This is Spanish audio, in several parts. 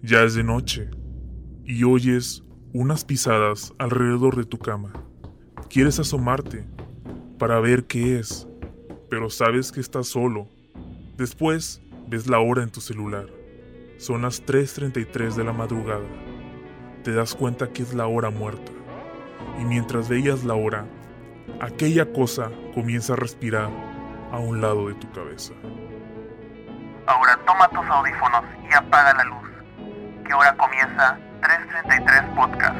Ya es de noche y oyes unas pisadas alrededor de tu cama. Quieres asomarte para ver qué es, pero sabes que estás solo. Después ves la hora en tu celular. Son las 3:33 de la madrugada. Te das cuenta que es la hora muerta. Y mientras veías la hora, aquella cosa comienza a respirar a un lado de tu cabeza. Ahora toma tus audífonos y apaga la luz, que ahora comienza 333 Podcast.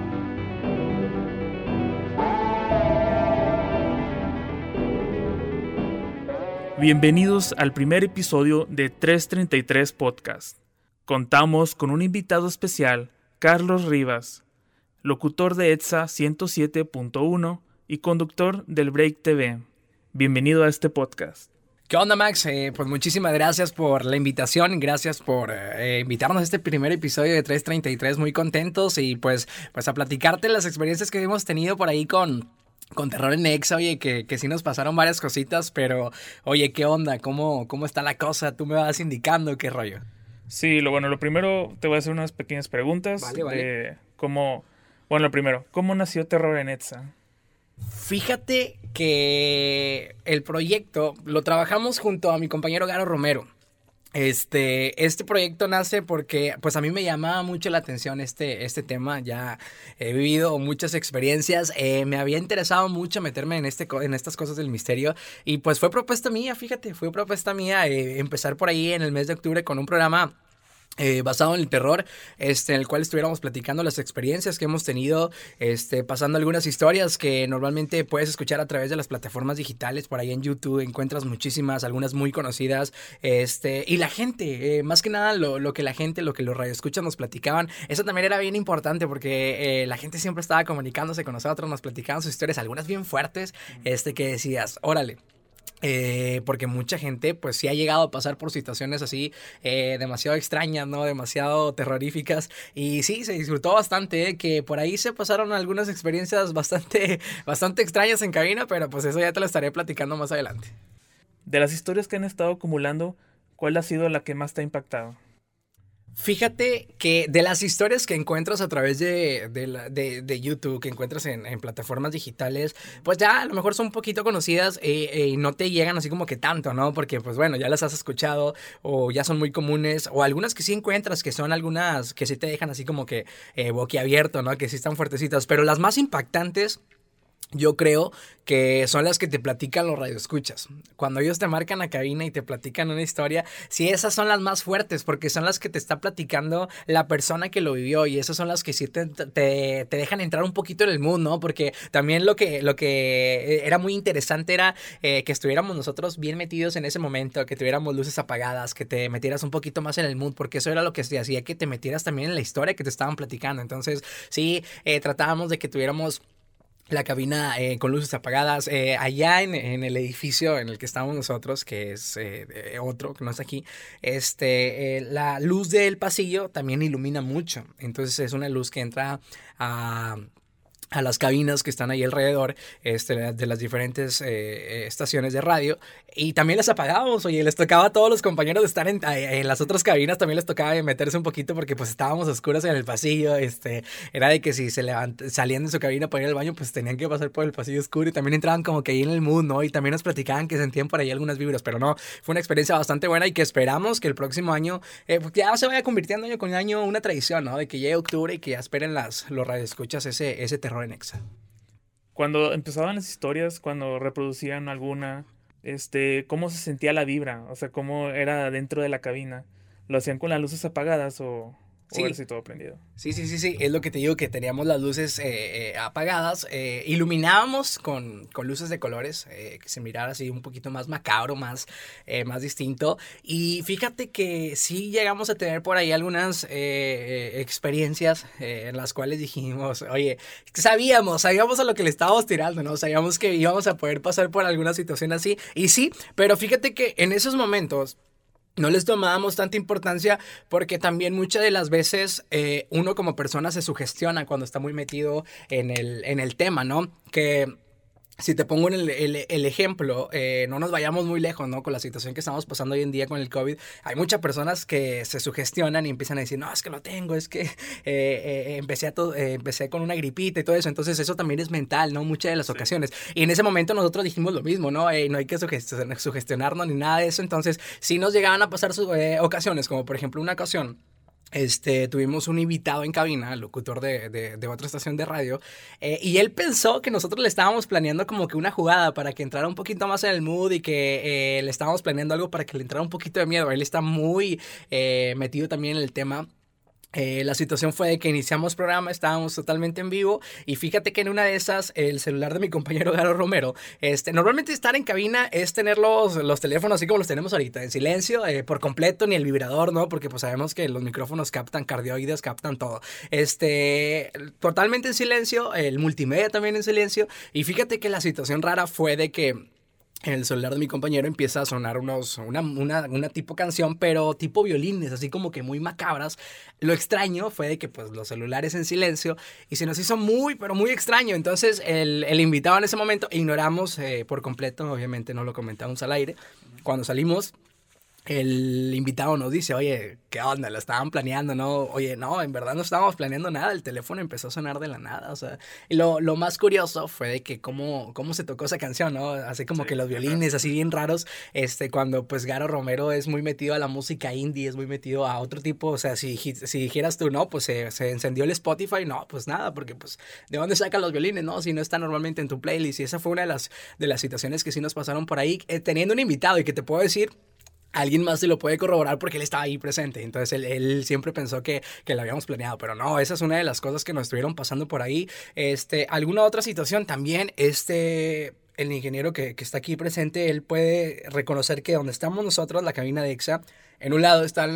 Bienvenidos al primer episodio de 333 Podcast. Contamos con un invitado especial, Carlos Rivas, locutor de EXA 107.1 y conductor del Break TV. Bienvenido a este podcast. ¿Qué onda, Max? Pues muchísimas gracias por la invitación, gracias por invitarnos a este primer episodio de 333, muy contentos y pues a platicarte las experiencias que hemos tenido por ahí con Terror en Exa, oye, que sí nos pasaron varias cositas, pero oye, ¿qué onda? ¿Cómo está la cosa? Tú me vas indicando qué rollo. Sí, lo primero te voy a hacer unas pequeñas preguntas. Vale. De cómo, lo primero, ¿cómo nació Terror en Exa? Fíjate que el proyecto lo trabajamos junto a mi compañero Garo Romero. Este proyecto nace porque pues a mí me llamaba mucho la atención este tema. Ya he vivido muchas experiencias, me había interesado mucho meterme en estas cosas del misterio y pues fue propuesta mía, empezar por ahí en el mes de octubre con un programa basado en el terror, en el cual estuviéramos platicando las experiencias que hemos tenido, pasando algunas historias que normalmente puedes escuchar a través de las plataformas digitales. Por ahí en YouTube encuentras muchísimas, algunas muy conocidas, y la gente, más que nada lo que los radioescuchas nos platicaban, eso también era bien importante porque la gente siempre estaba comunicándose con nosotros, nos platicaban sus historias, algunas bien fuertes, que decías, órale. Porque mucha gente pues sí ha llegado a pasar por situaciones así demasiado extrañas, ¿no? Demasiado terroríficas y sí, se disfrutó bastante, que por ahí se pasaron algunas experiencias bastante extrañas en cabina, pero pues eso ya te lo estaré platicando más adelante. De las historias que han estado acumulando, ¿cuál ha sido la que más te ha impactado? Fíjate que de las historias que encuentras a través de YouTube, que encuentras en plataformas digitales, pues ya a lo mejor son un poquito conocidas y no te llegan así como que tanto, ¿no? Porque pues bueno, ya las has escuchado o ya son muy comunes, o algunas que sí encuentras, que son algunas que sí te dejan así como que boquiabierto, ¿no? Que sí están fuertecitas, pero las más impactantes yo creo que son las que te platican los radioescuchas. Cuando ellos te marcan a cabina y te platican una historia, sí, esas son las más fuertes porque son las que te está platicando la persona que lo vivió y esas son las que sí te dejan entrar un poquito en el mood, ¿no? Porque también lo que era muy interesante era que estuviéramos nosotros bien metidos en ese momento, que tuviéramos luces apagadas, que te metieras un poquito más en el mood, porque eso era lo que te hacía que te metieras también en la historia que te estaban platicando. Entonces, sí, tratábamos de que tuviéramos la cabina con luces apagadas, allá en el edificio en el que estamos nosotros, que es otro, que no es aquí, la luz del pasillo también ilumina mucho, entonces es una luz que entra a las cabinas que están ahí alrededor de las diferentes estaciones de radio, y también las apagábamos. Oye, les tocaba a todos los compañeros de estar en las otras cabinas, también les tocaba meterse un poquito porque pues estábamos oscuros en el pasillo, era de que si salían de su cabina para ir al baño, pues tenían que pasar por el pasillo oscuro y también entraban como que ahí en el mood, ¿no? Y también nos platicaban que sentían por ahí algunas vibras, pero no, fue una experiencia bastante buena y que esperamos que el próximo año ya se vaya convirtiendo año con año una tradición, ¿no? De que llegue octubre y que ya esperen los radioescuchas ese terror en Exa. Cuando empezaban las historias, cuando reproducían alguna, ¿cómo se sentía la vibra? O sea, ¿cómo era dentro de la cabina? ¿Lo hacían con las luces apagadas o Sí. ver si todo prendido? Sí, es lo que te digo, que teníamos las luces apagadas, iluminábamos con luces de colores, que se mirara así un poquito más macabro, más distinto, y fíjate que sí llegamos a tener por ahí algunas experiencias en las cuales dijimos, oye, sabíamos a lo que le estábamos tirando, ¿no? Sabíamos que íbamos a poder pasar por alguna situación así, y sí, pero fíjate que en esos momentos no les tomábamos tanta importancia porque también muchas de las veces uno como persona se sugestiona cuando está muy metido en el tema, ¿no? Que si te pongo en el ejemplo, no nos vayamos muy lejos, ¿no? Con la situación que estamos pasando hoy en día con el COVID, hay muchas personas que se sugestionan y empiezan a decir, no, es que lo tengo, es que empecé con una gripita y todo eso. Entonces eso también es mental, ¿no? Muchas de las ocasiones. Y en ese momento nosotros dijimos lo mismo, ¿no? No hay que sugestionarnos ni nada de eso. Entonces sí nos llegaban a pasar ocasiones, como por ejemplo una ocasión. Tuvimos un invitado en cabina, locutor de otra estación de radio, y él pensó que nosotros le estábamos planeando como que una jugada para que entrara un poquito más en el mood y que le estábamos planeando algo para que le entrara un poquito de miedo. Él está muy metido también en el tema. La situación fue de que iniciamos programa, estábamos totalmente en vivo y fíjate que en una de esas el celular de mi compañero Garo Romero, normalmente estar en cabina es tener los teléfonos así como los tenemos ahorita, en silencio, por completo, ni el vibrador, ¿no? Porque pues sabemos que los micrófonos captan cardioides, captan todo. Totalmente en silencio, el multimedia también en silencio y fíjate que la situación rara fue de que en el celular de mi compañero empieza a sonar una tipo canción, pero tipo violines, así como que muy macabras. Lo extraño fue de que pues los celulares en silencio y se nos hizo muy, pero muy extraño. Entonces el invitado en ese momento ignoramos por completo, obviamente no lo comentamos al aire. Cuando salimos, el invitado nos dice, oye, ¿qué onda? ¿Lo estaban planeando, no? Oye, no, en verdad no estábamos planeando nada. El teléfono empezó a sonar de la nada, o sea. Y lo más curioso fue de que cómo se tocó esa canción, ¿no? Así como que los violines, así bien raros. Cuando pues Garo Romero es muy metido a la música indie, es muy metido a otro tipo, o sea, si dijeras tú, no, pues se encendió el Spotify, no, pues nada, porque pues, ¿de dónde sacan los violines, no? Si no está normalmente en tu playlist. Y esa fue una de las situaciones que sí nos pasaron por ahí, teniendo un invitado y que te puedo decir, alguien más se lo puede corroborar porque él estaba ahí presente. Entonces él siempre pensó que lo habíamos planeado. Pero no, esa es una de las cosas que nos estuvieron pasando por ahí. Alguna otra situación también, el ingeniero que está aquí presente, él puede reconocer que donde estamos nosotros, la cabina de EXA, en un lado están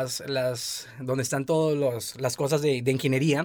donde están todas las cosas de ingeniería.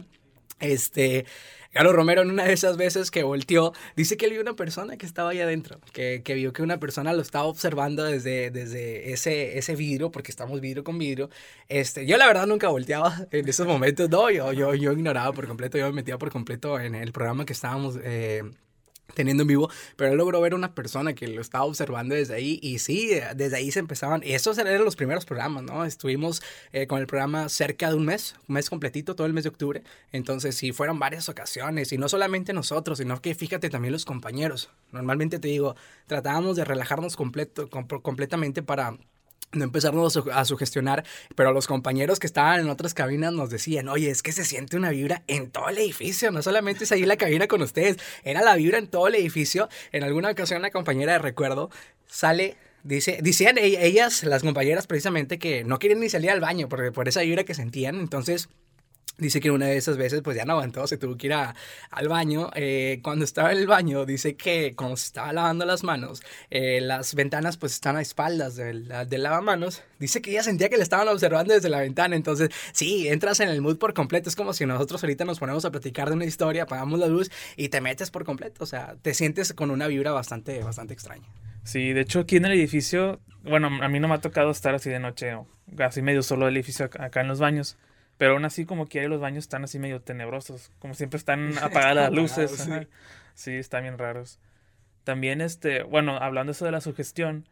Garo Romero en una de esas veces que volteó, dice que él vio una persona que estaba ahí adentro, que vio que una persona lo estaba observando desde ese vidrio, porque estamos vidrio con vidrio. Yo la verdad nunca volteaba en esos momentos, no, yo ignoraba por completo, yo me metía por completo en el programa que estábamos teniendo en vivo, pero él logró ver una persona que lo estaba observando desde ahí y sí, desde ahí se empezaban, y esos eran los primeros programas, ¿no? Estuvimos con el programa cerca de un mes completito, todo el mes de octubre, entonces sí, fueron varias ocasiones y no solamente nosotros, sino que fíjate también los compañeros. Normalmente te digo, tratábamos de relajarnos completamente para no empezarnos a sugestionar, pero los compañeros que estaban en otras cabinas nos decían, oye, es que se siente una vibra en todo el edificio, no solamente es ahí la cabina con ustedes, era la vibra en todo el edificio. En alguna ocasión una compañera de recuerdo sale, decían ellas, las compañeras precisamente, que no querían ni salir al baño por esa vibra que sentían. Entonces dice que una de esas veces pues ya no aguantó, se tuvo que ir al baño. Cuando estaba en el baño dice que cuando se estaba lavando las manos, las ventanas pues están a espaldas del lavamanos. Dice que ella sentía que le estaban observando desde la ventana. Entonces sí, entras en el mood por completo. Es como si nosotros ahorita nos ponemos a platicar de una historia, apagamos la luz y te metes por completo. O sea, te sientes con una vibra bastante extraña. Sí, de hecho aquí en el edificio, bueno, a mí no me ha tocado estar así de noche o así medio solo el edificio acá en los baños. Pero aún así, como quiera, los baños están así medio tenebrosos. Como siempre están apagadas las luces. Sí. Sí, están bien raros. También, bueno, hablando eso de la sugestión,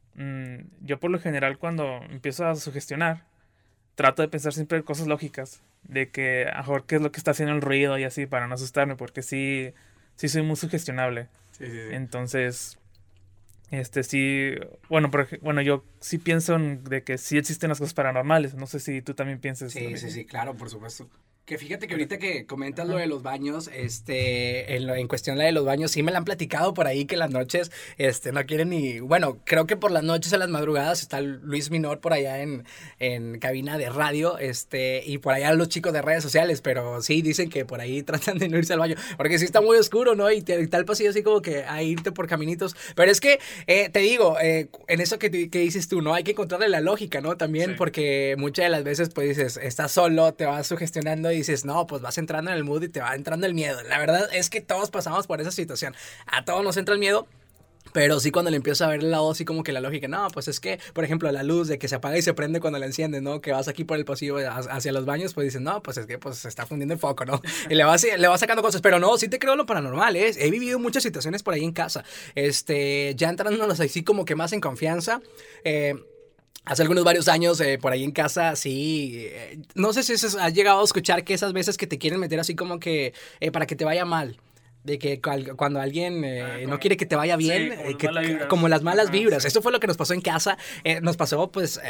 yo por lo general cuando empiezo a sugestionar, trato de pensar siempre en cosas lógicas. De que, a mejor, qué es lo que está haciendo el ruido y así, para no asustarme. Porque sí soy muy sugestionable. Sí. Entonces, sí, bueno, yo sí pienso de que sí existen las cosas paranormales. No sé si tú también piensas. Sí, claro, por supuesto. Que fíjate que ahorita que comentas lo de los baños, en cuestión la de los baños, sí me la han platicado por ahí que las noches, no quieren ni, bueno, creo que por las noches a las madrugadas está Luis Minor por allá en cabina de radio, y por allá los chicos de redes sociales, pero sí dicen que por ahí tratan de no irse al baño, porque sí está muy oscuro, ¿no? Y tal pasillo así como que a irte por caminitos, pero es que, te digo, en eso que dices tú, ¿no? Hay que encontrarle la lógica, ¿no? También, sí. Porque muchas de las veces, pues dices, estás solo, te vas sugestionando y dices, no, pues vas entrando en el mood y te va entrando el miedo. La verdad es que todos pasamos por esa situación. A todos nos entra el miedo. Pero sí cuando le empiezo a ver el lado así como que la lógica, no, pues es que, por ejemplo, la luz de que se apaga y se prende cuando la enciendes, ¿no? Que vas aquí por el pasillo hacia los baños, pues dices, no, pues es que pues se está fundiendo el foco, ¿no? Y le vas sacando cosas, pero no, sí te creo lo paranormal, ¿eh? He vivido muchas situaciones por ahí en casa, ya entrándonos así como que más en confianza, hace varios años, por ahí en casa, sí, no sé si has llegado a escuchar que esas veces que te quieren meter así como que para que te vaya mal. De que cuando alguien no quiere que te vaya bien, sí, como las malas vibras. Sí. Esto fue lo que nos pasó en casa. Nos pasó, pues,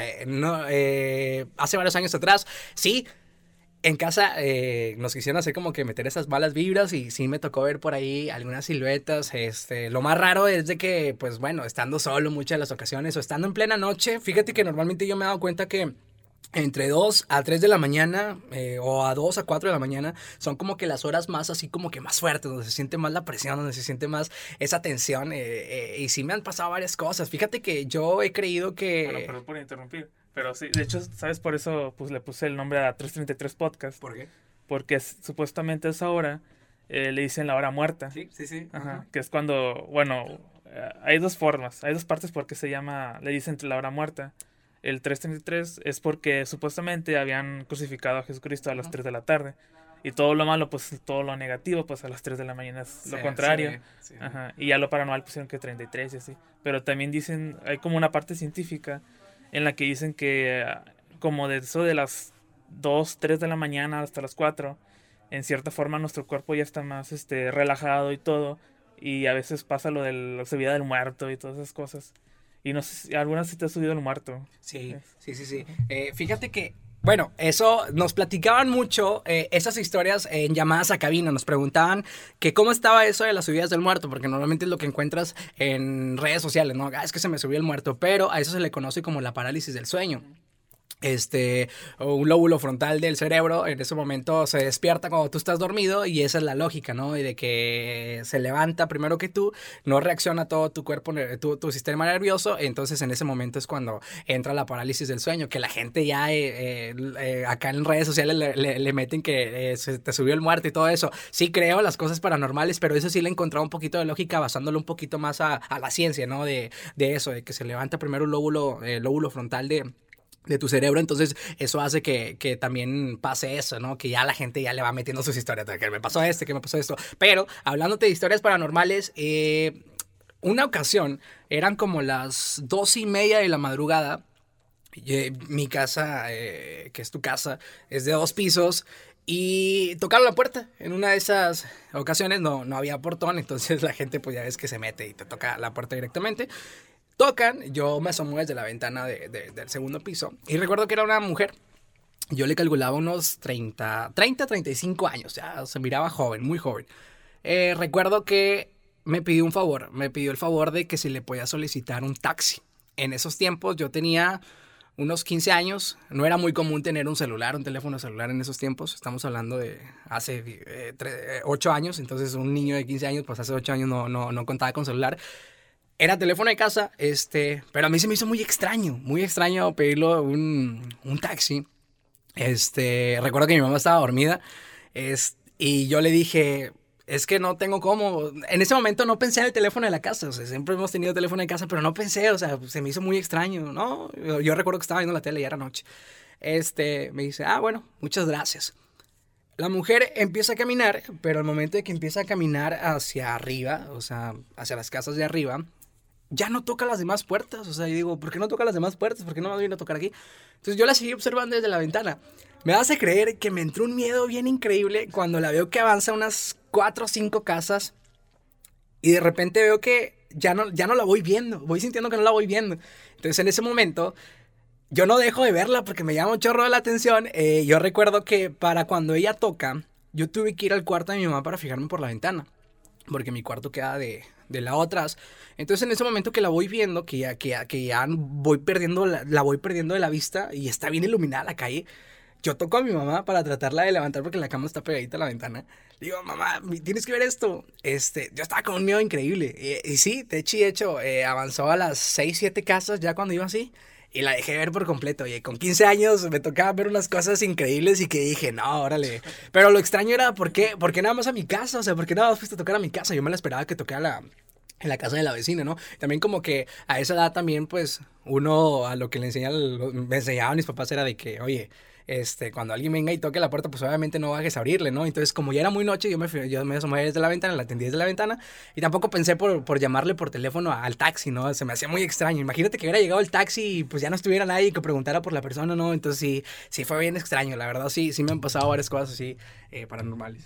hace varios años atrás. Sí, en casa nos quisieron hacer como que meter esas malas vibras y sí me tocó ver por ahí algunas siluetas. Lo más raro es de que, pues, bueno, estando solo muchas de las ocasiones o estando en plena noche, fíjate que normalmente yo me he dado cuenta que entre 2 a 3 de la mañana o a 2 a 4 de la mañana son como que las horas más así como que más fuertes, donde se siente más la presión, donde se siente más esa tensión y sí me han pasado varias cosas. Fíjate que yo he creído que... Bueno, perdón por interrumpir, pero sí, de hecho, ¿sabes? Por eso pues le puse el nombre a 333 Podcast. ¿Por qué? Porque supuestamente a esa hora le dicen la hora muerta. Sí. Ajá, que es cuando, bueno, hay dos formas, hay dos partes porque le dicen la hora muerta. El 333 es porque supuestamente habían crucificado a Jesucristo a las 3 de la tarde. Y todo lo malo, pues todo lo negativo, pues a las 3 de la mañana es lo contrario. Sí. Ajá. Y ya lo paranormal pusieron que 33 y así. Pero también dicen, hay como una parte científica en la que dicen que como de eso de las 2, 3 de la mañana hasta las 4, en cierta forma nuestro cuerpo ya está más relajado y todo. Y a veces pasa lo de la subida del muerto y todas esas cosas. Y no sé si alguna vez te ha subido el muerto. Sí. Fíjate que, bueno, eso nos platicaban mucho, esas historias en llamadas a cabina. Nos preguntaban que cómo estaba eso de las subidas del muerto, porque normalmente es lo que encuentras en redes sociales, ¿no? Es que se me subió el muerto, pero a eso se le conoce como la parálisis del sueño. Un lóbulo frontal del cerebro en ese momento se despierta cuando tú estás dormido y esa es la lógica, ¿no? Y de que se levanta primero que tú, no reacciona todo tu cuerpo, tu sistema nervioso, entonces en ese momento es cuando entra la parálisis del sueño, que la gente ya acá en redes sociales le meten que se te subió el muerto y todo eso. Sí creo las cosas paranormales, pero eso sí le he encontrado un poquito de lógica basándolo un poquito más a la ciencia, ¿no? De eso, de que se levanta primero el lóbulo frontal de tu cerebro, entonces eso hace que también pase eso, ¿no? Que ya la gente ya le va metiendo sus historias, que me pasó que me pasó esto. Pero, hablándote de historias paranormales, una ocasión, eran como las 2:30 de la madrugada, mi casa, que es tu casa, es de 2 pisos, y tocaron la puerta. En una de esas ocasiones no había portón, entonces la gente pues ya ves que se mete y te toca la puerta directamente. Tocan, yo me asomo desde la ventana del segundo piso y recuerdo que era una mujer. Yo le calculaba unos 35 años, ya se miraba joven, muy joven. Recuerdo que me pidió el favor de que si le podía solicitar un taxi. En esos tiempos yo tenía unos 15 años, no era muy común tener un teléfono celular en esos tiempos, estamos hablando de hace 8 años, entonces un niño de 15 años, pues hace 8 años no contaba con celular. Era teléfono de casa, pero a mí se me hizo muy extraño pedirlo un taxi. Recuerdo que mi mamá estaba dormida, y yo le dije, es que no tengo cómo. En ese momento no pensé en el teléfono de la casa, o sea, siempre hemos tenido teléfono de casa, pero no pensé, o sea, se me hizo muy extraño, ¿no? Yo recuerdo que estaba viendo la tele y era noche. Me dice, bueno, muchas gracias. La mujer empieza a caminar, pero al momento de que empieza a caminar hacia arriba, o sea, hacia las casas de arriba, ya no toca las demás puertas. O sea, yo digo, ¿por qué no toca las demás puertas? ¿Por qué no me viene a tocar aquí? Entonces yo la seguí observando desde la ventana. Me hace creer que me entró un miedo bien increíble cuando la veo que avanza unas 4 o 5 casas y de repente veo que ya no la voy viendo. Voy sintiendo que no la voy viendo. Entonces en ese momento yo no dejo de verla porque me llama un chorro de la atención. Yo recuerdo que para cuando ella toca, yo tuve que ir al cuarto de mi mamá para fijarme por la ventana, porque mi cuarto queda de lado atrás. Entonces en ese momento que la voy viendo, que ya voy perdiendo la voy perdiendo de la vista y está bien iluminada la calle, yo toco a mi mamá para tratarla de levantar porque la cama está pegadita a la ventana. Le digo, mamá, tienes que ver esto. Yo estaba con un miedo increíble. Y sí, de hecho, avanzó a las 6, 7 casas ya cuando iba así. Y la dejé ver por completo. Y con 15 años me tocaba ver unas cosas increíbles y que dije, no, órale. Pero lo extraño era, ¿por qué nada más a mi casa? O sea, ¿por qué nada más fuiste a tocar a mi casa? Yo me la esperaba que tocara en la casa de la vecina, ¿no? También como que a esa edad también, pues, uno a lo que me enseñaban mis papás era de que, oye, cuando alguien venga y toque la puerta, pues obviamente no bajes a abrirle, ¿no? Entonces, como ya era muy noche, yo me asomé desde la ventana, la atendí desde la ventana, y tampoco pensé por llamarle por teléfono al taxi, ¿no? Se me hacía muy extraño. Imagínate que hubiera llegado el taxi y pues ya no estuviera nadie y que preguntara por la persona, ¿no? Entonces sí fue bien extraño, la verdad, sí me han pasado varias cosas así paranormales.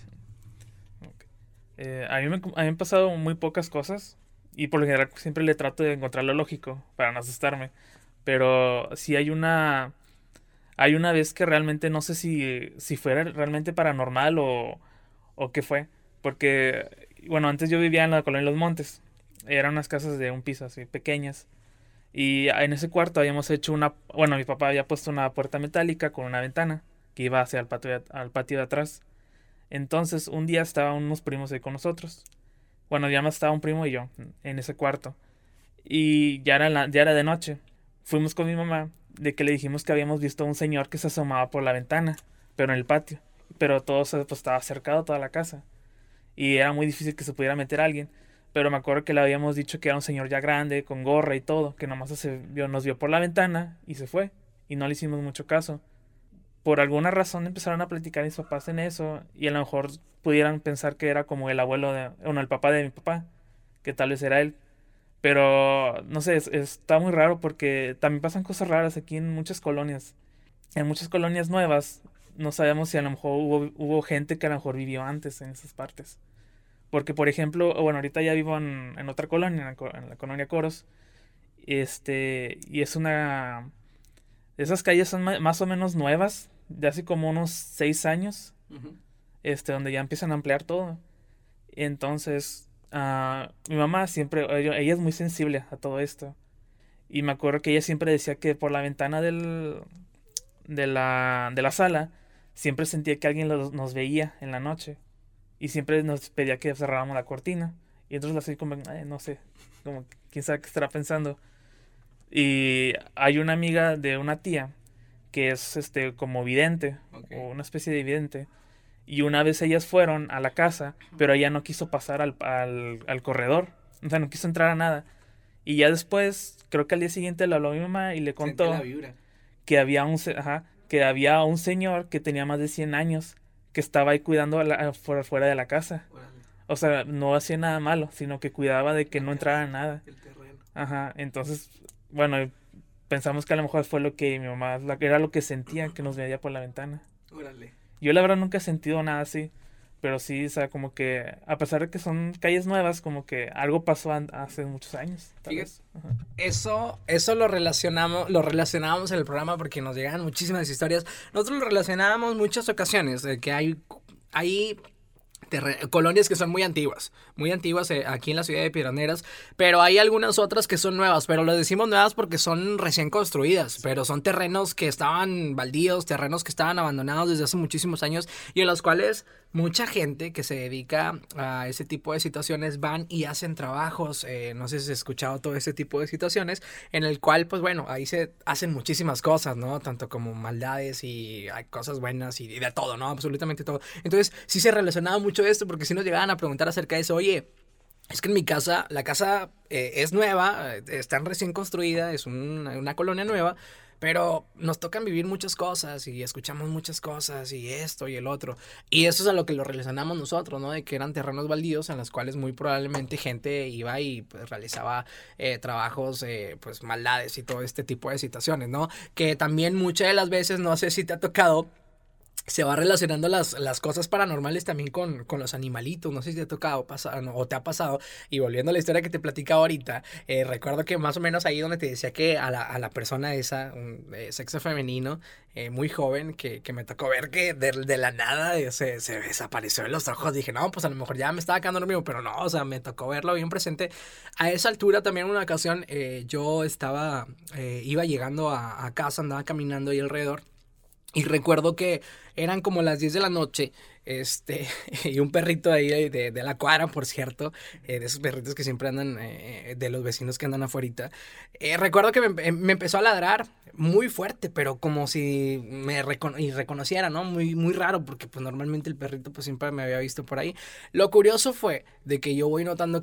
A mí me han pasado muy pocas cosas y por lo general siempre le trato de encontrar lo lógico para no asustarme. Pero sí hay una vez que realmente no sé si fuera realmente paranormal o qué fue. Porque, bueno, antes yo vivía en la colonia Los Montes. Eran unas casas de un piso así, pequeñas. Y en ese cuarto habíamos hecho bueno, mi papá había puesto una puerta metálica con una ventana que iba hacia al patio de atrás. Entonces, un día estaban unos primos ahí con nosotros. Bueno, ya más estaba un primo y yo en ese cuarto. Y ya era de noche. Fuimos con mi mamá de que le dijimos que habíamos visto a un señor que se asomaba por la ventana, pero en el patio. Pero todo pues, estaba cercado, toda la casa. Y era muy difícil que se pudiera meter alguien. Pero me acuerdo que le habíamos dicho que era un señor ya grande, con gorra y todo, que nomás nos vio por la ventana y se fue. Y no le hicimos mucho caso. Por alguna razón empezaron a platicar mis papás en eso y a lo mejor pudieran pensar que era como el el papá de mi papá, que tal vez era él. Pero no sé, está muy raro porque también pasan cosas raras aquí en muchas colonias. En muchas colonias nuevas no sabemos si a lo mejor hubo gente que a lo mejor vivió antes en esas partes. Porque, por ejemplo, bueno, ahorita ya vivo en otra colonia, en la colonia Coros. Y es una... Esas calles son más o menos nuevas, de hace como unos 6 años, Uh-huh. donde ya empiezan a ampliar todo. Entonces, mi mamá siempre, ella es muy sensible a todo esto. Y me acuerdo que ella siempre decía que por la ventana de la sala, siempre sentía que alguien nos veía en la noche. Y siempre nos pedía que cerráramos la cortina. Y entonces así como, no sé, como quién sabe qué estará pensando. Y hay una amiga de una tía que es como vidente, Okay. o una especie de vidente. Y una vez ellas fueron a la casa, pero ella no quiso pasar al corredor. O sea, no quiso entrar a nada. Y ya después, creo que al día siguiente le habló a mi mamá y le contó la vibra. que que había un señor que tenía más de 100 años que estaba ahí cuidando fuera de la casa. Órale, O sea, no hacía nada malo, sino que cuidaba de que no entrara nada. el terreno. Ajá, entonces, bueno, pensamos que a lo mejor fue lo que mi mamá, era lo que sentía que nos veía por la ventana. Órale. Yo la verdad nunca he sentido nada así, pero sí, o sea, como que a pesar de que son calles nuevas, como que algo pasó hace muchos años. Tal Fíjate. vez. Ajá. Eso lo relacionábamos en el programa porque nos llegaban muchísimas historias. Nosotros lo relacionábamos muchas ocasiones, de que hay colonias que son muy antiguas aquí en la ciudad de Pioneras, pero hay algunas otras que son nuevas, pero lo decimos nuevas porque son recién construidas, pero son terrenos que estaban baldíos, terrenos que estaban abandonados desde hace muchísimos años y en los cuales mucha gente que se dedica a ese tipo de situaciones van y hacen trabajos, no sé si has escuchado todo ese tipo de situaciones, en el cual, pues bueno, ahí se hacen muchísimas cosas, ¿no? Tanto como maldades y hay cosas buenas y de todo, ¿no? Absolutamente todo. Entonces, sí se relacionaba mucho esto porque si nos llegaban a preguntar acerca de eso, oye, es que en mi casa, la casa es nueva, está recién construida, es una colonia nueva, pero nos tocan vivir muchas cosas y escuchamos muchas cosas y esto y el otro. Y eso es a lo que lo relacionamos nosotros, ¿no? De que eran terrenos baldíos en los cuales muy probablemente gente iba y pues, realizaba trabajos, pues maldades y todo este tipo de situaciones, ¿no? Que también muchas de las veces, no sé si te ha tocado, se va relacionando las cosas paranormales también con los animalitos. No sé si te ha tocado pasar o te ha pasado. Y volviendo a la historia que te platicaba ahorita, recuerdo que más o menos ahí donde te decía que a la persona esa, sexo femenino, muy joven, que me tocó ver que de la nada se desapareció de los ojos. Dije, no, pues a lo mejor ya me estaba quedando dormido, pero no, o sea, me tocó verlo bien presente. A esa altura también una ocasión yo iba llegando a casa, andaba caminando ahí alrededor. Y recuerdo que eran como las 10 de la noche, y un perrito ahí de la cuadra, por cierto, de esos perritos que siempre andan, de los vecinos que andan afuerita. Recuerdo que me empezó a ladrar muy fuerte, pero como si y reconociera, ¿no? Muy, muy raro, porque pues normalmente el perrito pues siempre me había visto por ahí. Lo curioso fue de que yo voy notando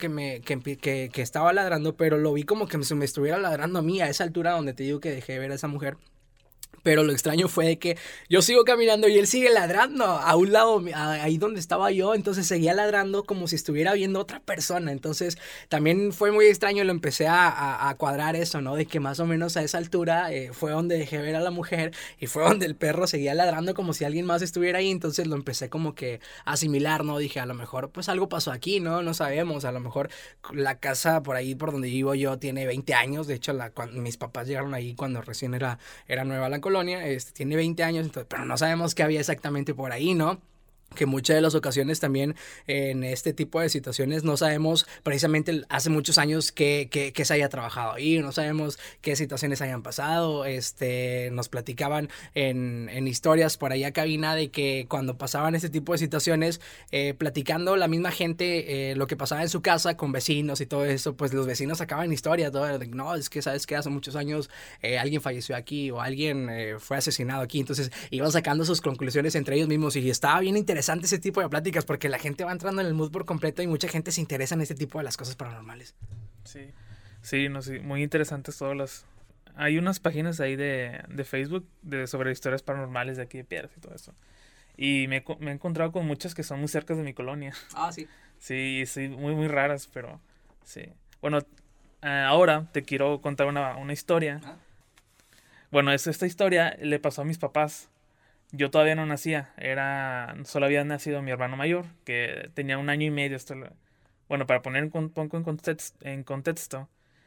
que estaba ladrando, pero lo vi como que se me estuviera ladrando a mí, a esa altura donde te digo que dejé de ver a esa mujer. Pero lo extraño fue de que yo sigo caminando y él sigue ladrando a un lado, ahí donde estaba yo. Entonces seguía ladrando como si estuviera viendo a otra persona. Entonces también fue muy extraño, lo empecé a cuadrar eso, ¿no? De que más o menos a esa altura fue donde dejé ver a la mujer y fue donde el perro seguía ladrando como si alguien más estuviera ahí. Entonces lo empecé como que a asimilar, ¿no? Dije, a lo mejor pues algo pasó aquí, ¿no? No sabemos, a lo mejor la casa por ahí por donde vivo yo tiene 20 años. De hecho, cuando mis papás llegaron ahí cuando recién era nueva la colonia, tiene 20 años, entonces, pero no sabemos qué había exactamente por ahí, ¿no? Que muchas de las ocasiones también en este tipo de situaciones no sabemos precisamente hace muchos años que se haya trabajado ahí, no sabemos qué situaciones hayan pasado. Nos platicaban en historias por ahí a cabina de que cuando pasaban este tipo de situaciones, platicando la misma gente lo que pasaba en su casa con vecinos y todo eso, pues los vecinos sacaban historias, todo de, no, es que sabes que hace muchos años alguien falleció aquí o alguien fue asesinado aquí. Entonces iban sacando sus conclusiones entre ellos mismos y estaba bien interesante ese tipo de pláticas porque la gente va entrando en el mood por completo y mucha gente se interesa en este tipo de las cosas paranormales. Sí, sí, no, sí, muy interesantes todas las... Hay unas páginas ahí de Facebook sobre historias paranormales de aquí de Piedras y todo eso. Y me he encontrado con muchas que son muy cerca de mi colonia. Ah, sí. Sí, sí, muy, muy raras, pero sí. Bueno, ahora te quiero contar una historia. ¿Ah? Bueno, esta historia le pasó a mis papás. Yo todavía no nacía, solo había nacido mi hermano mayor, que tenía 1 año y medio. Bueno, para poner un poco en contexto,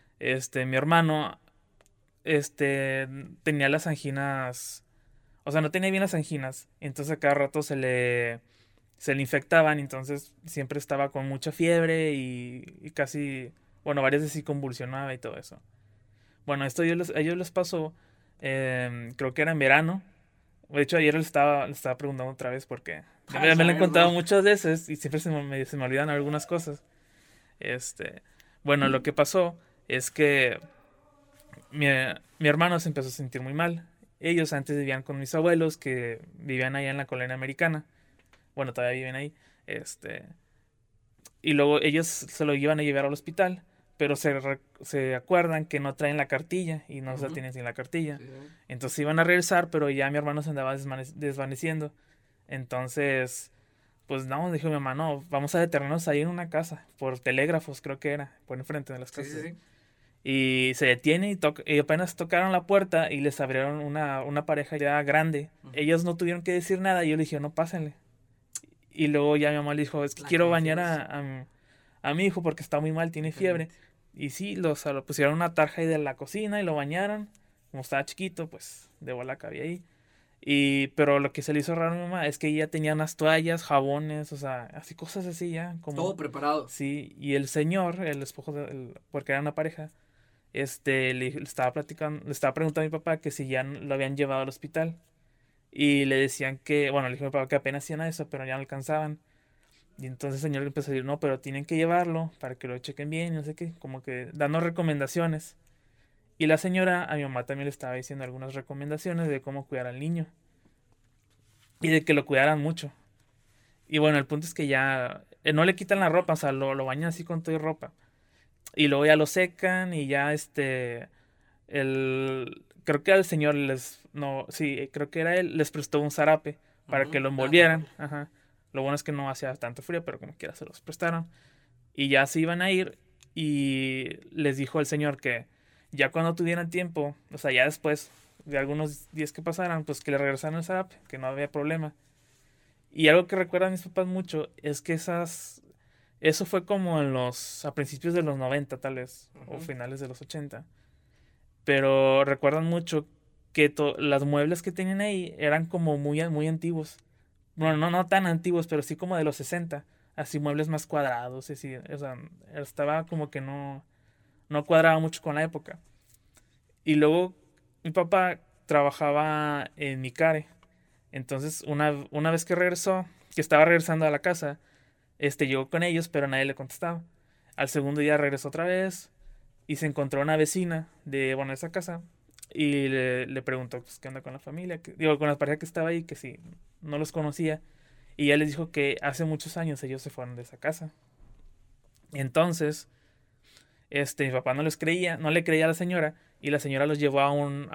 mi hermano, tenía las anginas, o sea, no tenía bien las anginas, entonces a cada rato se le infectaban, entonces siempre estaba con mucha fiebre y casi, bueno, varias veces sí convulsionaba y todo eso. Bueno, esto a ellos les pasó, creo que era en verano. De hecho, ayer le estaba preguntando otra vez porque me lo he contado muchas veces y siempre se me olvidan algunas cosas. Bueno, lo que pasó es que mi hermano se empezó a sentir muy mal. Ellos antes vivían con mis abuelos que vivían allá en la colonia americana. Bueno, todavía viven ahí. Y luego ellos se lo iban a llevar al hospital, pero se acuerdan que no traen la cartilla y no se la tienen sin la cartilla. Sí. Entonces iban a regresar, pero ya mi hermano se andaba desvaneciendo. Entonces, pues no, dijo mi mamá, no, vamos a detenernos ahí en una casa, por telégrafos creo que era, por enfrente de las casas. Sí. Y se detiene y apenas tocaron la puerta y les abrieron una pareja ya grande. Ellos no tuvieron que decir nada y yo le dije, no, pásenle. Y luego ya mi mamá le dijo, es que quiero bañar a mi hijo porque está muy mal, tiene fiebre. Y sí, lo pusieron una tarja ahí de la cocina y lo bañaron. Como estaba chiquito, pues de bola cabía ahí. Pero lo que se le hizo raro a mi mamá es que ella tenía unas toallas, jabones, o sea, así cosas así ya. Como, todo preparado. Sí, y el señor, el esposo, porque era una pareja, le estaba preguntando a mi papá que si ya lo habían llevado al hospital. Y le decían que, bueno, le dijo a mi papá que apenas hacían eso, pero ya no alcanzaban. Y entonces el señor le empezó a decir, no, pero tienen que llevarlo para que lo chequen bien, no sé qué, como que dando recomendaciones. Y la señora a mi mamá también le estaba diciendo algunas recomendaciones de cómo cuidar al niño. Y de que lo cuidaran mucho. Y bueno, el punto es que ya no le quitan la ropa, o sea, lo bañan así con toda ropa. Y luego ya lo secan y ya creo que al señor creo que era él, les prestó un zarape para que lo envolvieran. Ajá. Lo bueno es que no hacía tanto frío, pero como quiera se los prestaron. Y ya se iban a ir y les dijo el señor que ya cuando tuvieran tiempo, o sea, ya después de algunos días que pasaran, pues que le regresaran el zarape, que no había problema. Y algo que recuerdan mis papás mucho es que eso fue como a principios de los 90 tal vez, o finales de los 80. Pero recuerdan mucho que las muebles que tenían ahí eran como muy, muy antiguos. Bueno, no tan antiguos, pero sí como de los 60. Así muebles más cuadrados. Así, o sea, estaba como que no cuadraba mucho con la época. Y luego mi papá trabajaba en Micare. Entonces, una vez que regresó, que estaba regresando a la casa, llegó con ellos, pero nadie le contestaba. Al segundo día regresó otra vez y se encontró una vecina de esa casa y le preguntó pues, qué onda con la familia, con la pareja que estaba ahí, que si no los conocía. Y ella les dijo que hace muchos años ellos se fueron de esa casa. Entonces, mi papá no le creía a la señora y la señora los llevó a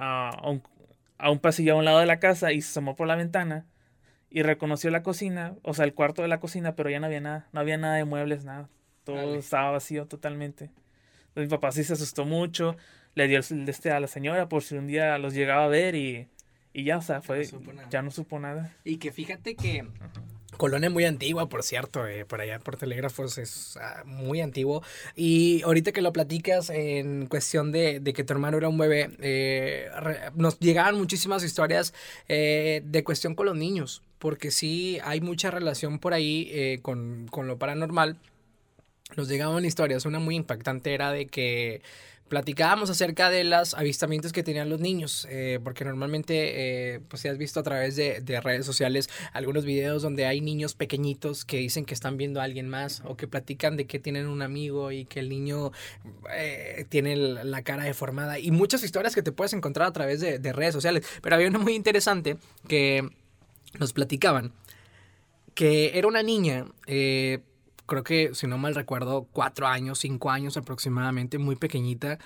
un pasillo a un lado de la casa y se asomó por la ventana y reconoció la cocina, o sea, el cuarto de la cocina, pero ya no había nada de muebles, nada. Todo estaba vacío totalmente. Entonces mi papá sí se asustó mucho, le dio a la señora por si un día los llegaba a ver y ya, o sea, ya no supo nada. Y que fíjate que colonia muy antigua, por cierto, por allá por Telégrafos es muy antiguo. Y ahorita que lo platicas en cuestión de que tu hermano era un bebé, nos llegaban muchísimas historias de cuestión con los niños, porque sí hay mucha relación por ahí con lo paranormal. Nos llegaban historias, una muy impactante era de que platicábamos acerca de los avistamientos que tenían los niños, porque normalmente, pues si has visto a través de redes sociales algunos videos donde hay niños pequeñitos que dicen que están viendo a alguien más o que platican de que tienen un amigo y que el niño tiene la cara deformada y muchas historias que te puedes encontrar a través de redes sociales. Pero había una muy interesante que nos platicaban, que era una niña, creo que, si no mal recuerdo, 4 años, 5 años aproximadamente, muy pequeñita.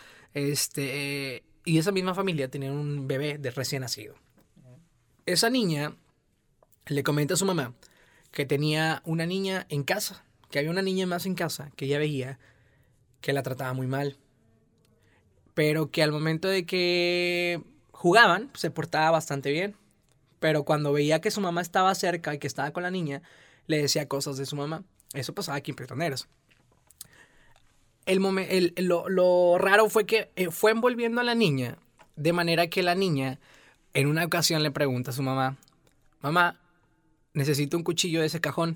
Y esa misma familia tenía un bebé de recién nacido. Esa niña le comenta a su mamá que tenía una niña en casa, que había una niña más en casa, que ella veía que la trataba muy mal. Pero que al momento de que jugaban, se portaba bastante bien. Pero cuando veía que su mamá estaba cerca y que estaba con la niña, le decía cosas de su mamá. Eso pasaba aquí en Prisioneros. Lo raro fue que fue envolviendo a la niña, de manera que la niña en una ocasión le pregunta a su mamá, mamá, necesito un cuchillo de ese cajón.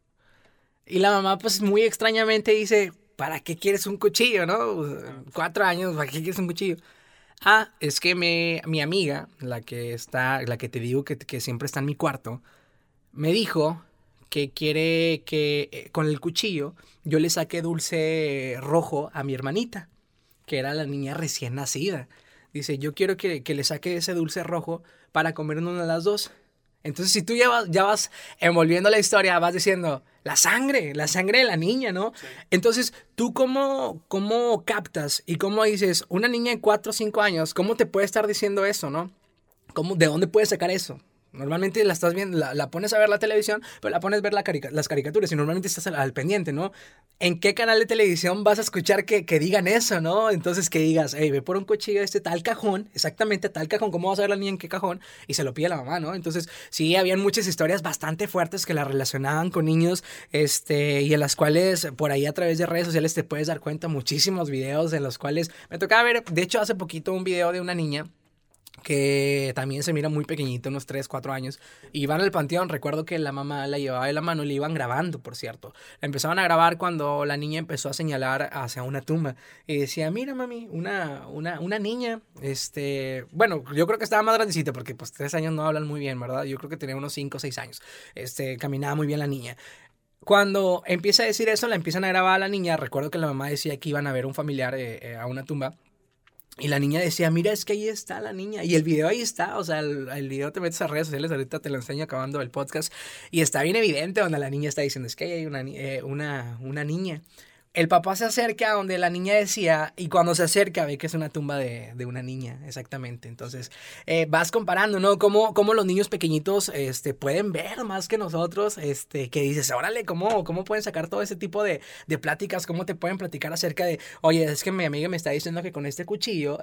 Y la mamá pues muy extrañamente dice, ¿para qué quieres un cuchillo, no? 4 años, ¿para qué quieres un cuchillo? Es que mi amiga, la que te digo que siempre está en mi cuarto, me dijo que quiere que con el cuchillo yo le saque dulce rojo a mi hermanita, que era la niña recién nacida. Dice, yo quiero que le saque ese dulce rojo para comernos de las dos. Entonces, si tú ya vas envolviendo la historia, vas diciendo, la sangre de la niña, ¿no? Sí. Entonces, ¿tú cómo captas y cómo dices, una niña de 4 o 5 años, cómo te puede estar diciendo eso, ¿no? ¿De dónde puedes sacar eso? Normalmente la estás viendo, la pones a ver la televisión, pero la pones a ver las caricaturas y normalmente estás al pendiente, ¿no? ¿En qué canal de televisión vas a escuchar que digan eso, no? Entonces que digas, hey, ve por un cuchillo tal cajón, exactamente tal cajón, ¿cómo vas a ver la niña en qué cajón? Y se lo pide la mamá, ¿no? Entonces sí, habían muchas historias bastante fuertes que la relacionaban con niños, y en las cuales por ahí a través de redes sociales te puedes dar cuenta muchísimos videos en los cuales me tocaba ver, de hecho hace poquito un video de una niña que también se mira muy pequeñito, unos 3, 4 años, y van al panteón. Recuerdo que la mamá la llevaba de la mano y le iban grabando, por cierto. La empezaban a grabar cuando la niña empezó a señalar hacia una tumba. Y decía, mira mami, una niña, bueno, yo creo que estaba más grandecita, porque pues 3 años no hablan muy bien, ¿verdad? Yo creo que tenía unos 5 o 6 años. Caminaba muy bien la niña. Cuando empieza a decir eso, la empiezan a grabar a la niña. Recuerdo que la mamá decía que iban a ver un familiar a una tumba. Y la niña decía, mira, es que ahí está la niña. Y el video ahí está, o sea, el video te metes a redes sociales, ahorita te lo enseño acabando el podcast. Y está bien evidente donde la niña está diciendo, es que ahí hay una niña. El papá se acerca a donde la niña decía, y cuando se acerca ve que es una tumba de una niña, exactamente. Entonces, vas comparando, ¿no? Cómo los niños pequeñitos pueden ver más que nosotros, que dices, órale, ¿cómo pueden sacar todo ese tipo de pláticas? ¿Cómo te pueden platicar acerca de, oye, es que mi amiga me está diciendo que con este cuchillo,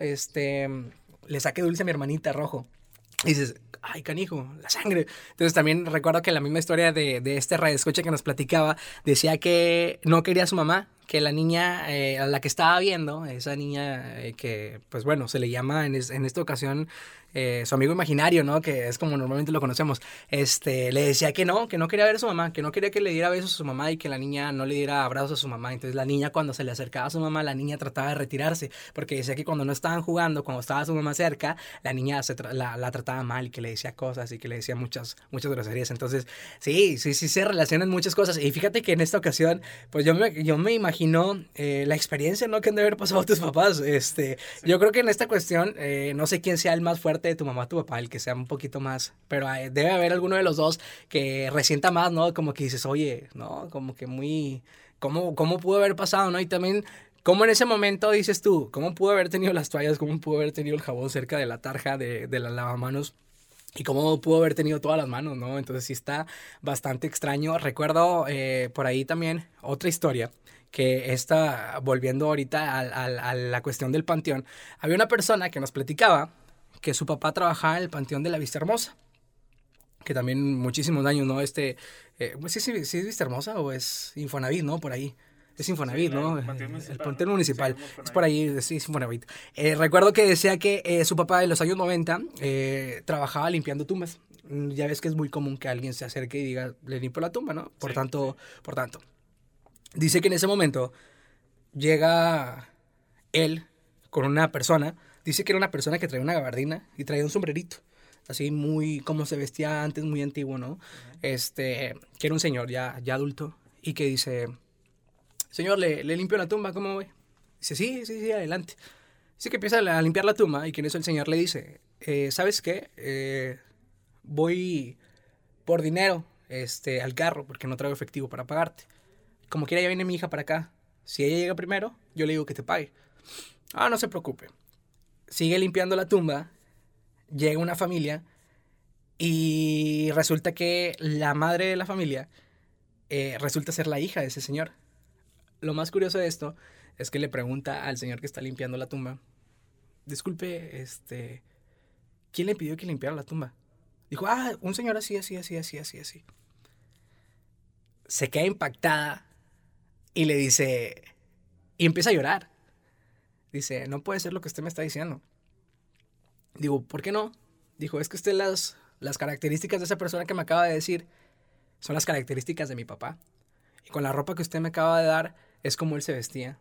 le saque dulce a mi hermanita rojo? Y dices, ay, canijo, la sangre. Entonces también recuerdo que la misma historia de este radioescucha que nos platicaba, decía que no quería a su mamá, que la niña a la que estaba viendo, esa niña que, pues bueno, se le llama en esta ocasión su amigo imaginario, ¿no? Que es como normalmente lo conocemos. Le decía que no quería ver a su mamá, que no quería que le diera besos a su mamá y que la niña no le diera abrazos a su mamá. Entonces la niña, cuando se le acercaba a su mamá, la niña trataba de retirarse, porque decía que cuando no estaban jugando, cuando estaba su mamá cerca, la niña la trataba mal y que le decía cosas y que le decía muchas groserías. Entonces, sí se relacionan muchas cosas. Y fíjate que en esta ocasión, pues yo me imagino la experiencia, ¿no? Que han de haber pasado tus papás. Yo creo que en esta cuestión, no sé quién sea el más fuerte de tu mamá o tu papá, el que sea un poquito más, pero debe haber alguno de los dos que resienta más, ¿no? Como que dices, oye, ¿no? Como que muy, ¿cómo pudo haber pasado, ¿no? Y también, ¿cómo en ese momento dices tú, cómo pudo haber tenido las toallas, cómo pudo haber tenido el jabón cerca de la tarja de la lavamanos? Y cómo pudo haber tenido todas las manos, ¿no? Entonces sí está bastante extraño. Recuerdo por ahí también otra historia, que volviendo ahorita a la cuestión del panteón, había una persona que nos platicaba que su papá trabajaba en el Panteón de la Vista Hermosa, que también muchísimos años, ¿no? Pues sí es Vista Hermosa o es Infonavit, ¿no? Por ahí. Es Infonavit, ¿no? El Panteón Municipal. Sí, es por ahí, sí, es Infonavit. Recuerdo que decía que su papá en los años 90 trabajaba limpiando tumbas. Ya ves que es muy común que alguien se acerque y diga, le limpio la tumba, ¿no? Por tanto, dice que en ese momento llega él con una persona. Dice que era una persona que traía una gabardina y traía un sombrerito. Así muy como se vestía antes, muy antiguo, ¿no? Que era un señor ya adulto y que dice, señor, le limpio la tumba, ¿cómo ve? Dice, sí, adelante. Dice que empieza a limpiar la tumba y que en eso el señor le dice, ¿sabes qué? Voy por dinero al carro porque no traigo efectivo para pagarte. Como quiera, ya viene mi hija para acá. Si ella llega primero, yo le digo que te pague. No se preocupe. Sigue limpiando la tumba, llega una familia y resulta que la madre de la familia resulta ser la hija de ese señor. Lo más curioso de esto es que le pregunta al señor que está limpiando la tumba, disculpe, ¿quién le pidió que limpiara la tumba? Dijo, un señor así. Se queda impactada y le dice, y empieza a llorar. Dice, no puede ser lo que usted me está diciendo. Digo, ¿por qué no? Dijo, es que usted las características de esa persona que me acaba de decir son las características de mi papá. Y con la ropa que usted me acaba de dar es como él se vestía.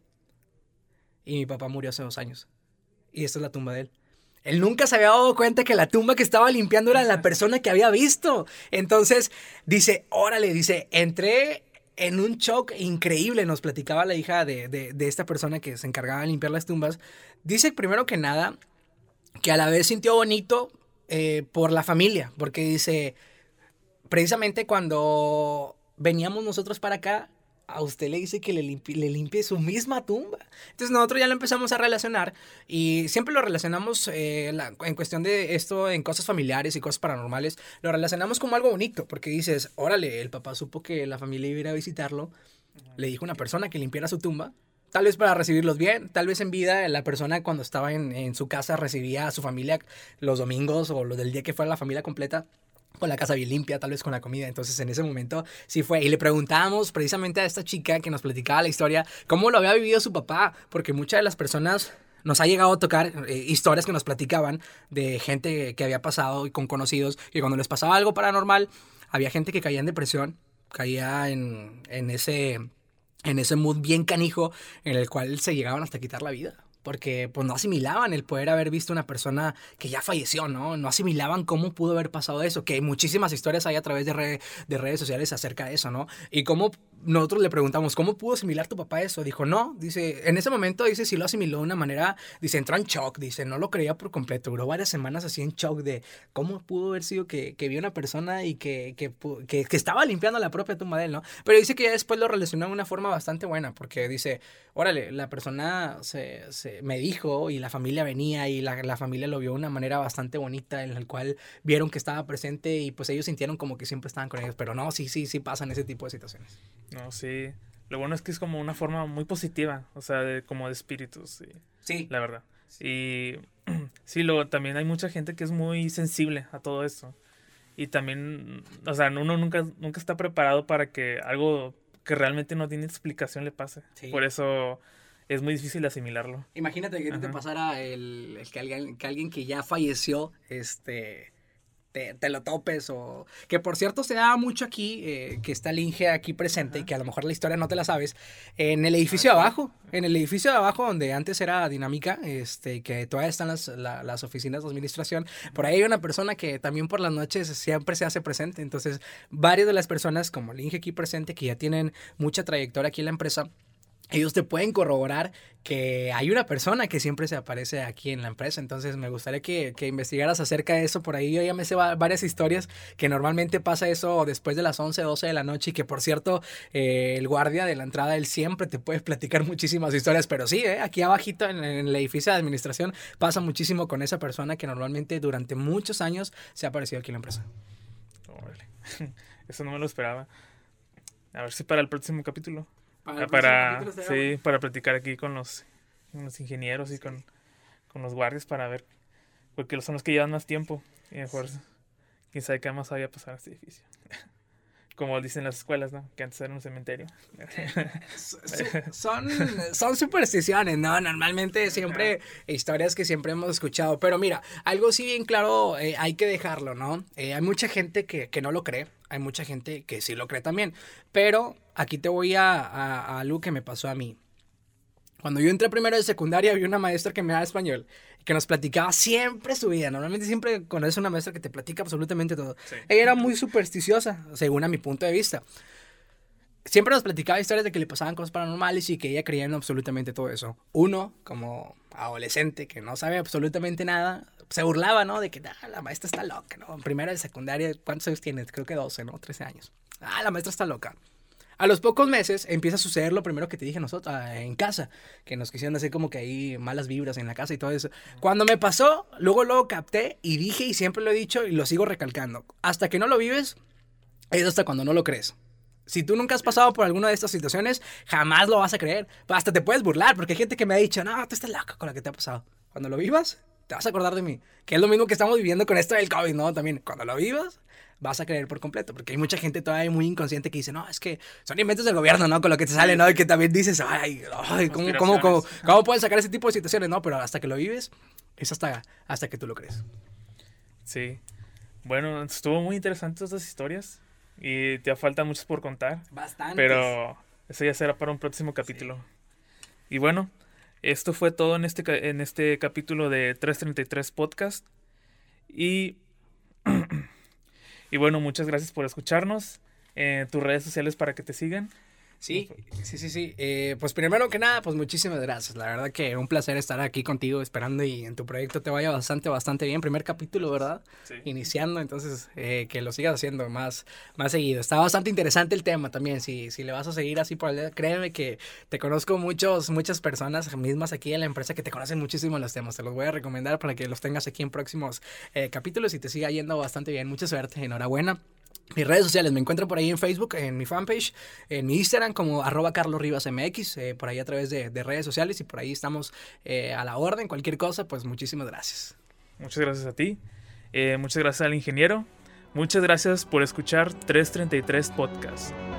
Y mi papá murió hace 2 años. Y esta es la tumba de él. Él nunca se había dado cuenta que la tumba que estaba limpiando era la persona que había visto. Entonces, dice, órale, entré en un shock increíble. Nos platicaba la hija de esta persona que se encargaba de limpiar las tumbas. Dice, primero que nada, que a la vez sintió bonito por la familia. Porque dice, precisamente cuando veníamos nosotros para acá, a usted le dice que le limpie su misma tumba. Entonces nosotros ya lo empezamos a relacionar y siempre lo relacionamos en cuestión de esto, en cosas familiares y cosas paranormales, lo relacionamos como algo bonito, porque dices, órale, el papá supo que la familia iba a ir a visitarlo, le dijo a una persona que limpiara su tumba, tal vez para recibirlos bien, tal vez en vida la persona cuando estaba en su casa recibía a su familia los domingos o los del día que fuera la familia completa, con la casa bien limpia, tal vez con la comida. Entonces en ese momento sí fue. Y le preguntábamos precisamente a esta chica que nos platicaba la historia cómo lo había vivido su papá, porque muchas de las personas nos ha llegado a tocar historias que nos platicaban de gente que había pasado y con conocidos, y cuando les pasaba algo paranormal, había gente que caía en depresión, caía en ese mood bien canijo en el cual se llegaban hasta quitar la vida. Porque pues no asimilaban el poder haber visto una persona que ya falleció, ¿no? No asimilaban cómo pudo haber pasado eso. Que hay muchísimas historias hay a través de redes sociales acerca de eso, ¿no? Y cómo nosotros le preguntamos, ¿cómo pudo asimilar tu papá eso? Dijo, no, dice, en ese momento, dice, sí lo asimiló de una manera, dice, entró en shock, dice, no lo creía por completo. Duró varias semanas así en shock de cómo pudo haber sido que vio una persona y que estaba limpiando la propia tumba de él, ¿no? Pero dice que ya después lo relacionó de una forma bastante buena, porque dice, órale, la persona me dijo y la familia venía y la familia lo vio de una manera bastante bonita en la cual vieron que estaba presente y pues ellos sintieron como que siempre estaban con ellos, pero no, sí pasan ese tipo de situaciones. No, sí, lo bueno es que es como una forma muy positiva, o sea, como de espíritus, sí, la verdad. Y sí, también hay mucha gente que es muy sensible a todo esto y también, o sea, uno nunca está preparado para que algo que realmente no tiene explicación le pase. Sí. Por eso es muy difícil de asimilarlo. Imagínate que te Ajá. pasara que alguien que ya falleció, te lo topes o... Que por cierto se da mucho aquí, que está el Inge aquí presente y que a lo mejor la historia no te la sabes, en el edificio de abajo, donde antes era Dinámica, que todavía están las oficinas de administración, por ahí hay una persona que también por las noches siempre se hace presente, entonces varias de las personas como el Inge aquí presente que ya tienen mucha trayectoria aquí en la empresa, ellos te pueden corroborar que hay una persona que siempre se aparece aquí en la empresa. Entonces me gustaría que investigaras acerca de eso. Por ahí yo ya me sé varias historias que normalmente pasa eso después de las 11, 12 de la noche. Y que por cierto, el guardia de la entrada, él siempre te puede platicar muchísimas historias. Pero sí, aquí abajito en el edificio de administración pasa muchísimo con esa persona que normalmente durante muchos años se ha aparecido aquí en la empresa. Órale. Eso no me lo esperaba. A ver si para el próximo capítulo. Para Para platicar aquí con los ingenieros y con los guardias para ver, porque son los que llevan más tiempo y mejor quién sabe qué más vaya a pasar a este edificio. Como dicen las escuelas, ¿no? Que antes era un cementerio. Son supersticiones, ¿no? Normalmente siempre historias que siempre hemos escuchado. Pero mira, algo sí bien claro hay que dejarlo, ¿no? Hay mucha gente que no lo cree. Hay mucha gente que sí lo cree también. Pero aquí te voy a algo que me pasó a mí. Cuando yo entré primero de secundaria, había una maestra que me daba español, que nos platicaba siempre su vida. Normalmente siempre conoces una maestra que te platica absolutamente todo. Sí. Ella era muy supersticiosa, según a mi punto de vista. Siempre nos platicaba historias de que le pasaban cosas paranormales y que ella creía en absolutamente todo eso. Uno, como adolescente que no sabe absolutamente nada, se burlaba, ¿no? De que la maestra está loca, ¿no? En primero de secundaria, ¿cuántos años tienes? Creo que 12, ¿no? 13 años. La maestra está loca. A los pocos meses empieza a suceder lo primero que te dije nosotros en casa, que nos quisieron hacer como que hay malas vibras en la casa y todo eso. Cuando me pasó, luego capté y dije, y siempre lo he dicho y lo sigo recalcando, hasta que no lo vives, es hasta cuando no lo crees. Si tú nunca has pasado por alguna de estas situaciones, jamás lo vas a creer. Hasta te puedes burlar, porque hay gente que me ha dicho, no, tú estás loca con lo que te ha pasado. Cuando lo vivas, te vas a acordar de mí. Que es lo mismo que estamos viviendo con esto del COVID, ¿no? También, cuando lo vivas, vas a creer por completo. Porque hay mucha gente todavía muy inconsciente que dice, no, es que son inventos del gobierno, ¿no? Con lo que te sale, ¿no? Y que también dices, ¿cómo pueden sacar ese tipo de situaciones, no? Pero hasta que lo vives, es hasta que tú lo crees. Sí. Bueno, estuvo muy interesante estas historias. Y te faltan muchos por contar. Bastante. Pero eso ya será para un próximo capítulo. Sí. Y bueno, esto fue todo en este capítulo de 333 Podcast. Y bueno, muchas gracias por escucharnos. Tus redes sociales para que te sigan. Sí. Pues primero que nada, pues muchísimas gracias. La verdad que un placer estar aquí contigo esperando y en tu proyecto te vaya bastante bien. Primer capítulo, ¿verdad? Sí. Iniciando, entonces que lo sigas haciendo más seguido. Está bastante interesante el tema también. Si le vas a seguir así por el... Créeme que te conozco muchas personas mismas aquí en la empresa que te conocen muchísimo los temas. Te los voy a recomendar para que los tengas aquí en próximos capítulos y te siga yendo bastante bien. Mucha suerte, enhorabuena. Mis redes sociales me encuentro por ahí en Facebook, en mi fanpage, en mi Instagram como @carlosrivasmx, por ahí a través de redes sociales y por ahí estamos a la orden, cualquier cosa, pues muchísimas gracias. Muchas gracias a ti, muchas gracias al ingeniero, muchas gracias por escuchar 333 Podcast.